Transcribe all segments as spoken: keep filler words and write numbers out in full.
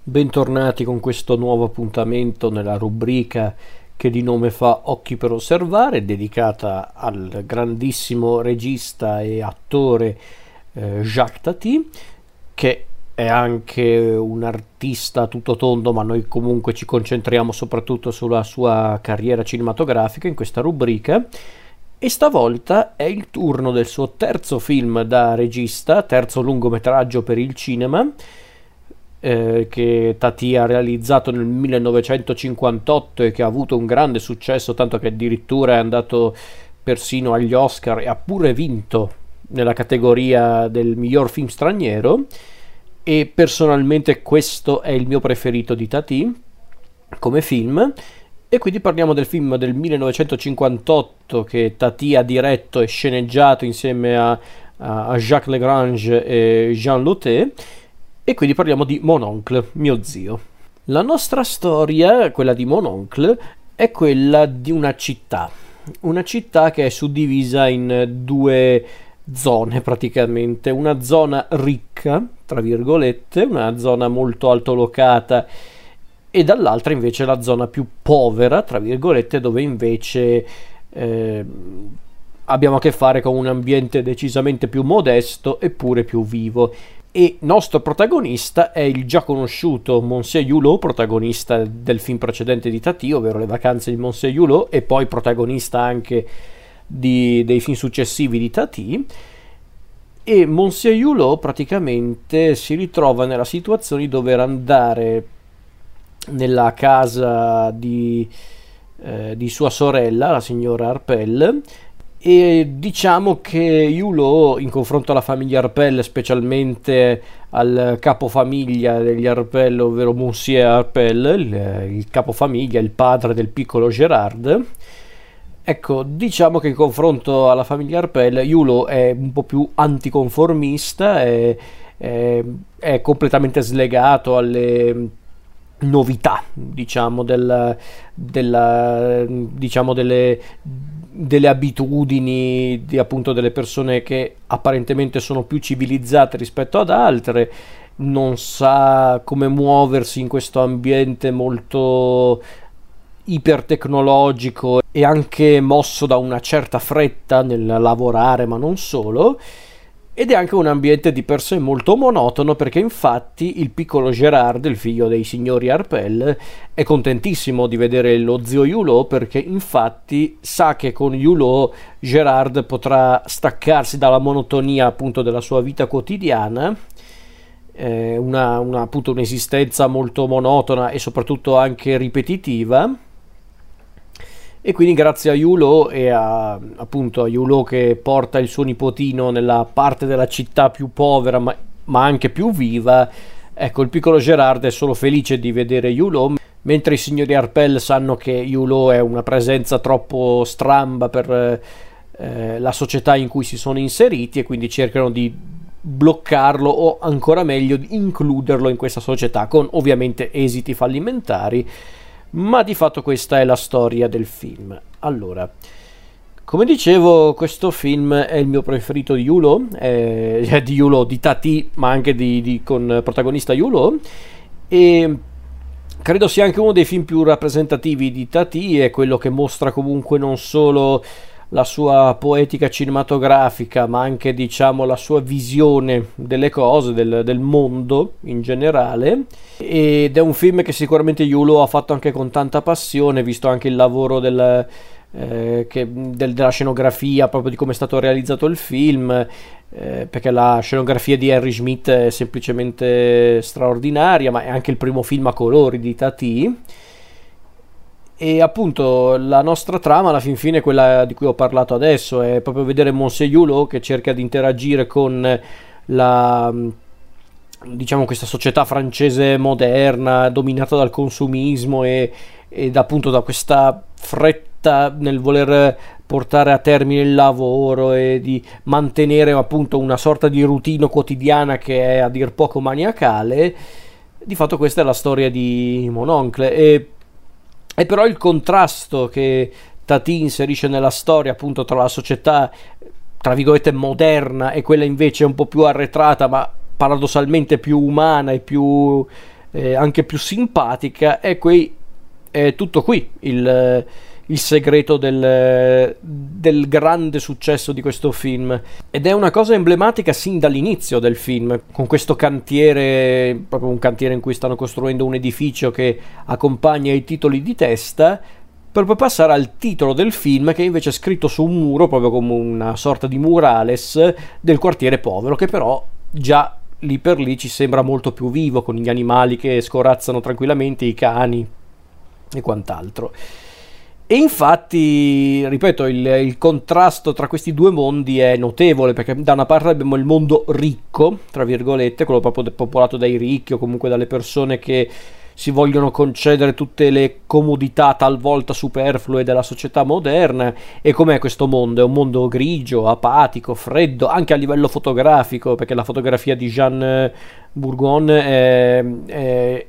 Bentornati con questo nuovo appuntamento nella rubrica che di nome fa Occhi per osservare, dedicata al grandissimo regista e attore eh, Jacques Tati, che è anche un artista a tutto tondo, ma noi comunque ci concentriamo soprattutto sulla sua carriera cinematografica in questa rubrica. E stavolta è il turno del suo terzo film da regista, terzo lungometraggio per il cinema, Eh, che Tati ha realizzato nel millenovecentocinquantotto e che ha avuto un grande successo, tanto che addirittura è andato persino agli Oscar e ha pure vinto nella categoria del miglior film straniero. E personalmente questo è il mio preferito di Tati come film, e quindi parliamo del film del millenovecentocinquantotto che Tati ha diretto e sceneggiato insieme a, a Jacques Lagrange e Jean Lotte. E quindi parliamo di Mon Oncle, mio zio. La nostra storia, quella di Mon Oncle, è quella di una città. Una città che è suddivisa in due zone praticamente. Una zona ricca, tra virgolette, una zona molto altolocata, e dall'altra invece la zona più povera, tra virgolette, dove invece eh, abbiamo a che fare con un ambiente decisamente più modesto eppure più vivo. E nostro protagonista è il già conosciuto Monsieur Hulot, protagonista del film precedente di Tati, ovvero Le vacanze di Monsieur Hulot, e poi protagonista anche di, dei film successivi di Tati. E Monsieur Hulot praticamente si ritrova nella situazione di dover andare nella casa di, eh, di sua sorella, la signora Harpel. E diciamo che Hulot, in confronto alla famiglia Harpel, specialmente al capofamiglia degli Harpel, ovvero Monsieur Harpel, il, il capofamiglia, il padre del piccolo Gérard, ecco, diciamo che in confronto alla famiglia Harpel Hulot è un po' più anticonformista, è, è, è completamente slegato alle novità, diciamo, del, della, diciamo delle delle abitudini di, appunto, delle persone che apparentemente sono più civilizzate rispetto ad altre. Non sa come muoversi in questo ambiente molto ipertecnologico e anche mosso da una certa fretta nel lavorare, ma non solo. Ed è anche un ambiente di per sé molto monotono, perché infatti il piccolo Gérard, il figlio dei signori Harpel, è contentissimo di vedere lo zio Hulot, perché infatti sa che con Hulot Gérard potrà staccarsi dalla monotonia appunto della sua vita quotidiana, eh, una, una, appunto un'esistenza molto monotona e soprattutto anche ripetitiva. E quindi grazie a Hulot e a, appunto a Hulot, che porta il suo nipotino nella parte della città più povera ma, ma anche più viva, ecco, il piccolo Gérard è solo felice di vedere Hulot, mentre i signori Harpel sanno che Hulot è una presenza troppo stramba per eh, la società in cui si sono inseriti, e quindi cercano di bloccarlo o ancora meglio di includerlo in questa società, con ovviamente esiti fallimentari. Ma di fatto questa è la storia del film. Allora, come dicevo, questo film è il mio preferito di Hulot, è di Hulot, di Tati, ma anche di, di, con protagonista Hulot, e credo sia anche uno dei film più rappresentativi di Tati. È quello che mostra comunque non solo la sua poetica cinematografica, ma anche, diciamo, la sua visione delle cose, del, del mondo in generale. Ed è un film che sicuramente Hulot ha fatto anche con tanta passione, visto anche il lavoro del, eh, che, del, della scenografia, proprio di come è stato realizzato il film, eh, perché la scenografia di Henry Schmidt è semplicemente straordinaria, ma è anche il primo film a colori di Tati. E appunto la nostra trama alla fin fine è quella di cui ho parlato adesso, è proprio vedere Monsieur Hulot che cerca di interagire con la, diciamo, questa società francese moderna dominata dal consumismo e, ed appunto da questa fretta nel voler portare a termine il lavoro e di mantenere appunto una sorta di routine quotidiana che è a dir poco maniacale. Di fatto questa è la storia di Mon Oncle, e E però il contrasto che Tati inserisce nella storia, appunto, tra la società tra virgolette moderna e quella invece un po' più arretrata, ma paradossalmente più umana e più eh, anche più simpatica, e qui è tutto qui il, il segreto del, del grande successo di questo film, ed è una cosa emblematica sin dall'inizio del film, con questo cantiere, proprio un cantiere in cui stanno costruendo un edificio che accompagna i titoli di testa, per poi passare al titolo del film, che è invece scritto su un muro, proprio come una sorta di murales del quartiere povero, che però già lì per lì ci sembra molto più vivo, con gli animali che scorazzano tranquillamente, i cani e quant'altro. E infatti, ripeto, il, il contrasto tra questi due mondi è notevole, perché da una parte abbiamo il mondo ricco, tra virgolette, quello proprio popolato dai ricchi o comunque dalle persone che si vogliono concedere tutte le comodità talvolta superflue della società moderna. E com'è questo mondo? È un mondo grigio, apatico, freddo, anche a livello fotografico, perché la fotografia di Jean Bourgon è, è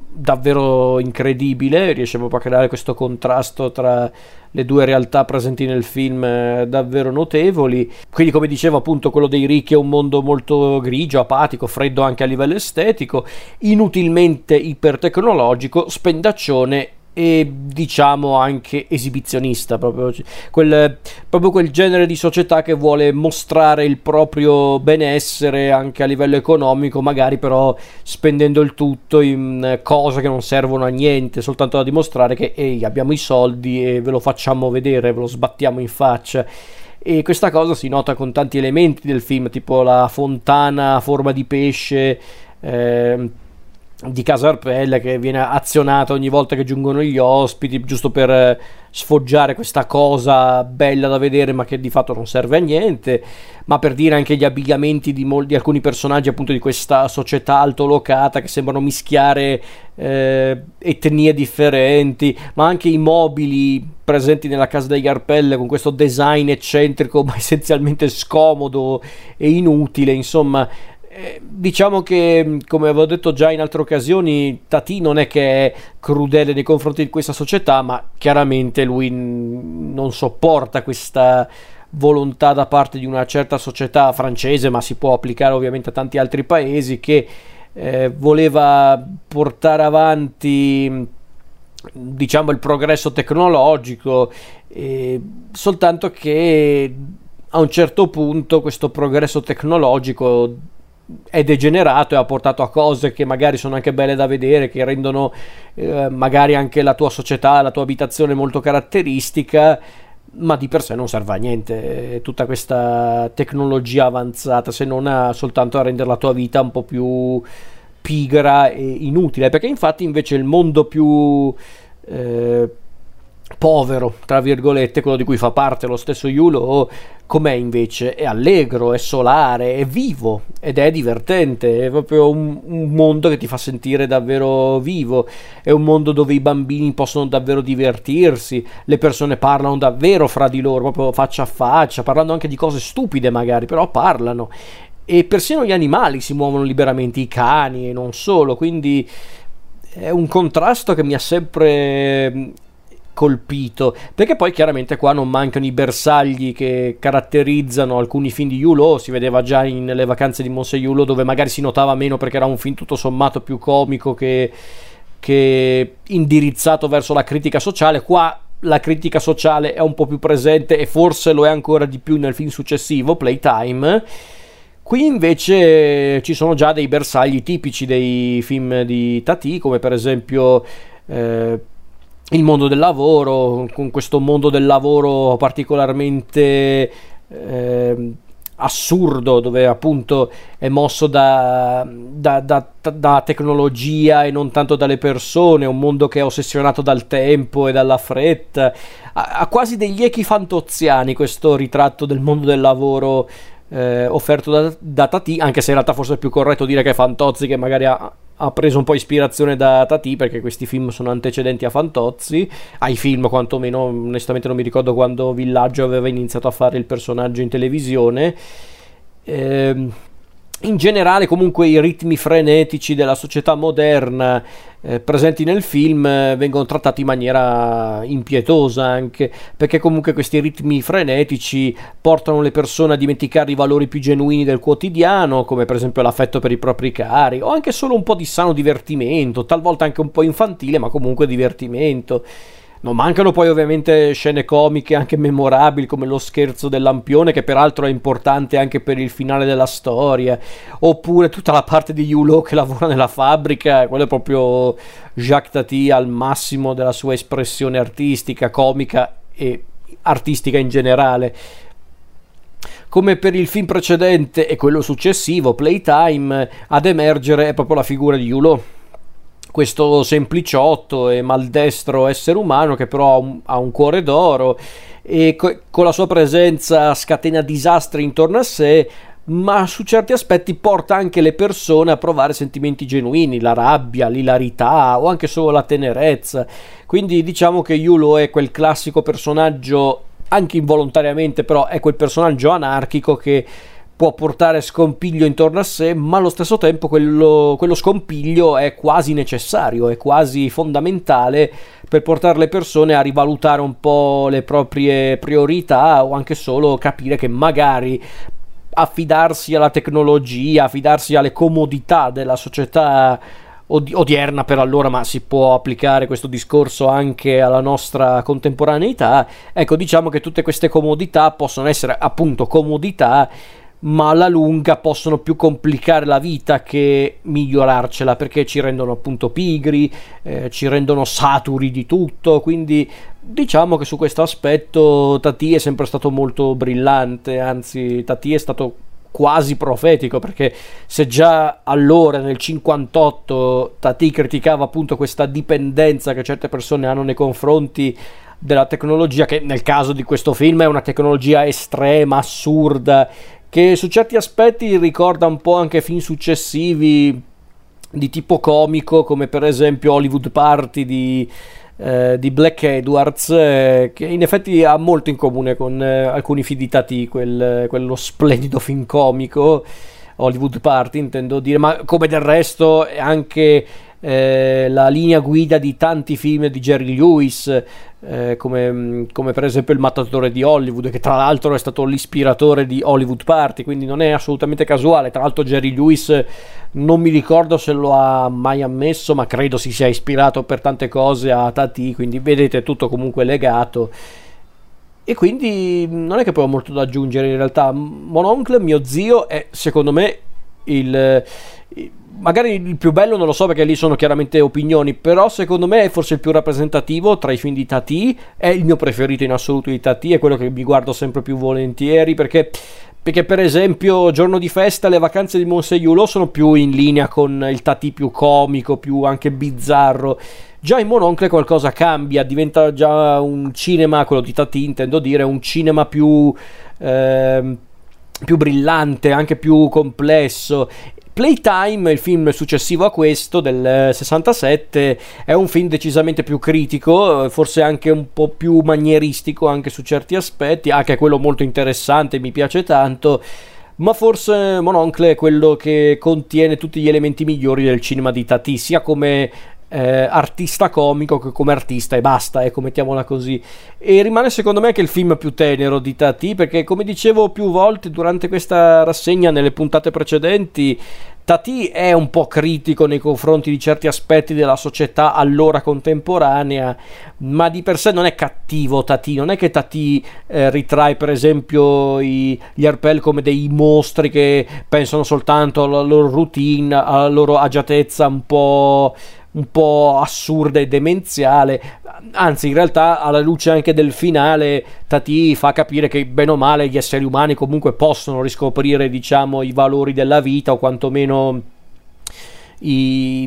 davvero incredibile, riesce proprio a creare questo contrasto tra le due realtà presenti nel film, eh, davvero notevoli. Quindi, come dicevo, appunto, quello dei ricchi è un mondo molto grigio, apatico, freddo anche a livello estetico, inutilmente ipertecnologico, spendaccione e diciamo anche esibizionista, proprio quel, proprio quel genere di società che vuole mostrare il proprio benessere anche a livello economico, magari però spendendo il tutto in cose che non servono a niente, soltanto da dimostrare che ehi, abbiamo i soldi e ve lo facciamo vedere, ve lo sbattiamo in faccia. E questa cosa si nota con tanti elementi del film, tipo la fontana a forma di pesce eh, di Casa Arpella, che viene azionata ogni volta che giungono gli ospiti, giusto per sfoggiare questa cosa bella da vedere ma che di fatto non serve a niente. Ma per dire anche gli abbigliamenti di, mol- di alcuni personaggi, appunto, di questa società altolocata, che sembrano mischiare eh, etnie differenti, ma anche i mobili presenti nella casa degli Arpelle con questo design eccentrico ma essenzialmente scomodo e inutile. Insomma, Eh, diciamo che, come avevo detto già in altre occasioni, Tati non è che è crudele nei confronti di questa società, ma chiaramente lui n- non sopporta questa volontà da parte di una certa società francese, ma si può applicare ovviamente a tanti altri paesi, che eh, voleva portare avanti, diciamo, il progresso tecnologico, eh, soltanto che a un certo punto questo progresso tecnologico è degenerato e ha portato a cose che magari sono anche belle da vedere, che rendono eh, magari anche la tua società, la tua abitazione molto caratteristica, ma di per sé non serve a niente tutta questa tecnologia avanzata, se non a, soltanto a rendere la tua vita un po' più pigra e inutile. Perché infatti invece il mondo più eh, povero, tra virgolette, quello di cui fa parte lo stesso Yulo, com'è invece? È allegro, è solare, è vivo ed è divertente, è proprio un, un mondo che ti fa sentire davvero vivo, è un mondo dove i bambini possono davvero divertirsi, le persone parlano davvero fra di loro, proprio faccia a faccia, parlando anche di cose stupide magari, però parlano, e persino gli animali si muovono liberamente, i cani e non solo. Quindi è un contrasto che mi ha sempre colpito, perché poi chiaramente qua non mancano i bersagli che caratterizzano alcuni film di Hulot. Si vedeva già in Le vacanze di Monsieur Hulot, dove magari si notava meno perché era un film tutto sommato più comico che, che indirizzato verso la critica sociale. Qua la critica sociale è un po' più presente e forse lo è ancora di più nel film successivo, Playtime. Qui invece ci sono già dei bersagli tipici dei film di Tati, come per esempio eh, il mondo del lavoro, con questo mondo del lavoro particolarmente eh, assurdo, dove appunto è mosso da, da, da, da tecnologia e non tanto dalle persone, un mondo che è ossessionato dal tempo e dalla fretta. Ha, ha quasi degli echi fantozziani questo ritratto del mondo del lavoro eh, offerto da, da Tati, anche se in realtà forse è più corretto dire che è Fantozzi che magari ha ha preso un po' ispirazione da Tati, perché questi film sono antecedenti a Fantozzi, ai film quantomeno. Onestamente non mi ricordo quando Villaggio aveva iniziato a fare il personaggio in televisione. Ehm, in generale comunque i ritmi frenetici della società moderna eh, presenti nel film eh, vengono trattati in maniera impietosa, anche perché comunque questi ritmi frenetici portano le persone a dimenticare i valori più genuini del quotidiano, come per esempio l'affetto per i propri cari, o anche solo un po' di sano divertimento, talvolta anche un po' infantile, ma comunque divertimento. Non mancano poi ovviamente scene comiche anche memorabili, come lo scherzo del lampione, che peraltro è importante anche per il finale della storia, oppure tutta la parte di Hulot che lavora nella fabbrica. Quello è proprio Jacques Tati al massimo della sua espressione artistica, comica e artistica in generale. Come per il film precedente e quello successivo, Playtime, ad emergere è proprio la figura di Hulot, questo sempliciotto e maldestro essere umano che però ha un, ha un cuore d'oro e co- con la sua presenza scatena disastri intorno a sé, ma su certi aspetti porta anche le persone a provare sentimenti genuini, la rabbia, l'ilarità o anche solo la tenerezza. Quindi diciamo che Hulot è quel classico personaggio, anche involontariamente, però è quel personaggio anarchico che può portare scompiglio intorno a sé, ma allo stesso tempo quello, quello scompiglio è quasi necessario, è quasi fondamentale per portare le persone a rivalutare un po' le proprie priorità o anche solo capire che magari affidarsi alla tecnologia, affidarsi alle comodità della società odierna per allora, ma si può applicare questo discorso anche alla nostra contemporaneità. Ecco, diciamo che tutte queste comodità possono essere appunto comodità, ma alla lunga possono più complicare la vita che migliorarcela, perché ci rendono appunto pigri, eh, ci rendono saturi di tutto. Quindi diciamo che su questo aspetto Tati è sempre stato molto brillante, anzi Tati è stato quasi profetico, perché se già allora nel cinquantotto Tati criticava appunto questa dipendenza che certe persone hanno nei confronti della tecnologia, che nel caso di questo film è una tecnologia estrema, assurda, che su certi aspetti ricorda un po' anche film successivi di tipo comico, come per esempio Hollywood Party di, eh, di Black Edwards, eh, che in effetti ha molto in comune con eh, alcuni film di Tati, quel, quello splendido film comico, Hollywood Party intendo dire, ma come del resto è anche eh, la linea guida di tanti film di Jerry Lewis, eh, come, come per esempio Il mattatore di Hollywood, che tra l'altro è stato l'ispiratore di Hollywood Party, quindi non è assolutamente casuale. Tra l'altro Jerry Lewis non mi ricordo se lo ha mai ammesso, ma credo si sia ispirato per tante cose a Tati, quindi vedete è tutto comunque legato. E quindi non è che poi ho molto da aggiungere in realtà. Mon oncle, mio zio, è secondo me il, magari il più bello, non lo so perché lì sono chiaramente opinioni, però secondo me è forse il più rappresentativo tra i film di Tati, è il mio preferito in assoluto di Tati, è quello che mi guardo sempre più volentieri, perché perché per esempio Giorno di festa e Le vacanze di Monsieur Hulot sono più in linea con il Tati più comico, più anche bizzarro. Già in Mon oncle qualcosa cambia, diventa già un cinema, quello di Tati intendo dire, un cinema più eh, più brillante, anche più complesso. Playtime, il film successivo a questo del sessantasette, è un film decisamente più critico, forse anche un po' più manieristico anche su certi aspetti, anche quello molto interessante, mi piace tanto, ma forse Mon oncle è quello che contiene tutti gli elementi migliori del cinema di Tati, sia come Eh, artista comico che come artista, e basta, ecco, mettiamola così. E rimane secondo me anche il film più tenero di Tati, perché come dicevo più volte durante questa rassegna, nelle puntate precedenti, Tati è un po' critico nei confronti di certi aspetti della società allora contemporanea, ma di per sé non è cattivo Tati, non è che Tati eh, ritrae per esempio i, gli Harpel come dei mostri che pensano soltanto alla loro routine, alla loro agiatezza un po' un po' assurda e demenziale. Anzi, in realtà, alla luce anche del finale, Tati fa capire che bene o male gli esseri umani comunque possono riscoprire, diciamo, i valori della vita, o quantomeno i,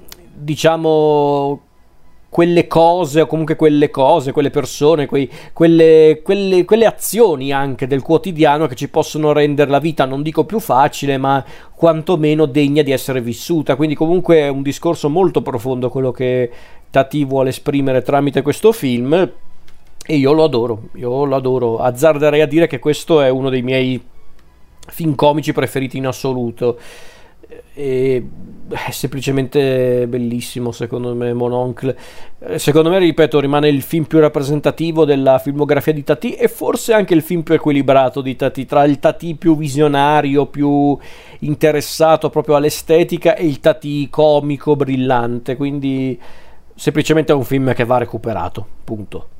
diciamo, quelle cose, o comunque quelle cose, quelle persone, quei, quelle, quelle, quelle azioni anche del quotidiano che ci possono rendere la vita, non dico più facile, ma quantomeno degna di essere vissuta. Quindi comunque è un discorso molto profondo quello che Tati vuole esprimere tramite questo film, e io lo adoro, io lo adoro. Azzarderei a dire che questo è uno dei miei film comici preferiti in assoluto. E è semplicemente bellissimo, secondo me, Mononcle. Eh, secondo me, ripeto, rimane il film più rappresentativo della filmografia di Tati, e forse anche il film più equilibrato di Tati, tra il Tati più visionario, più interessato proprio all'estetica, e il Tati comico brillante. Quindi semplicemente è un film che va recuperato, punto.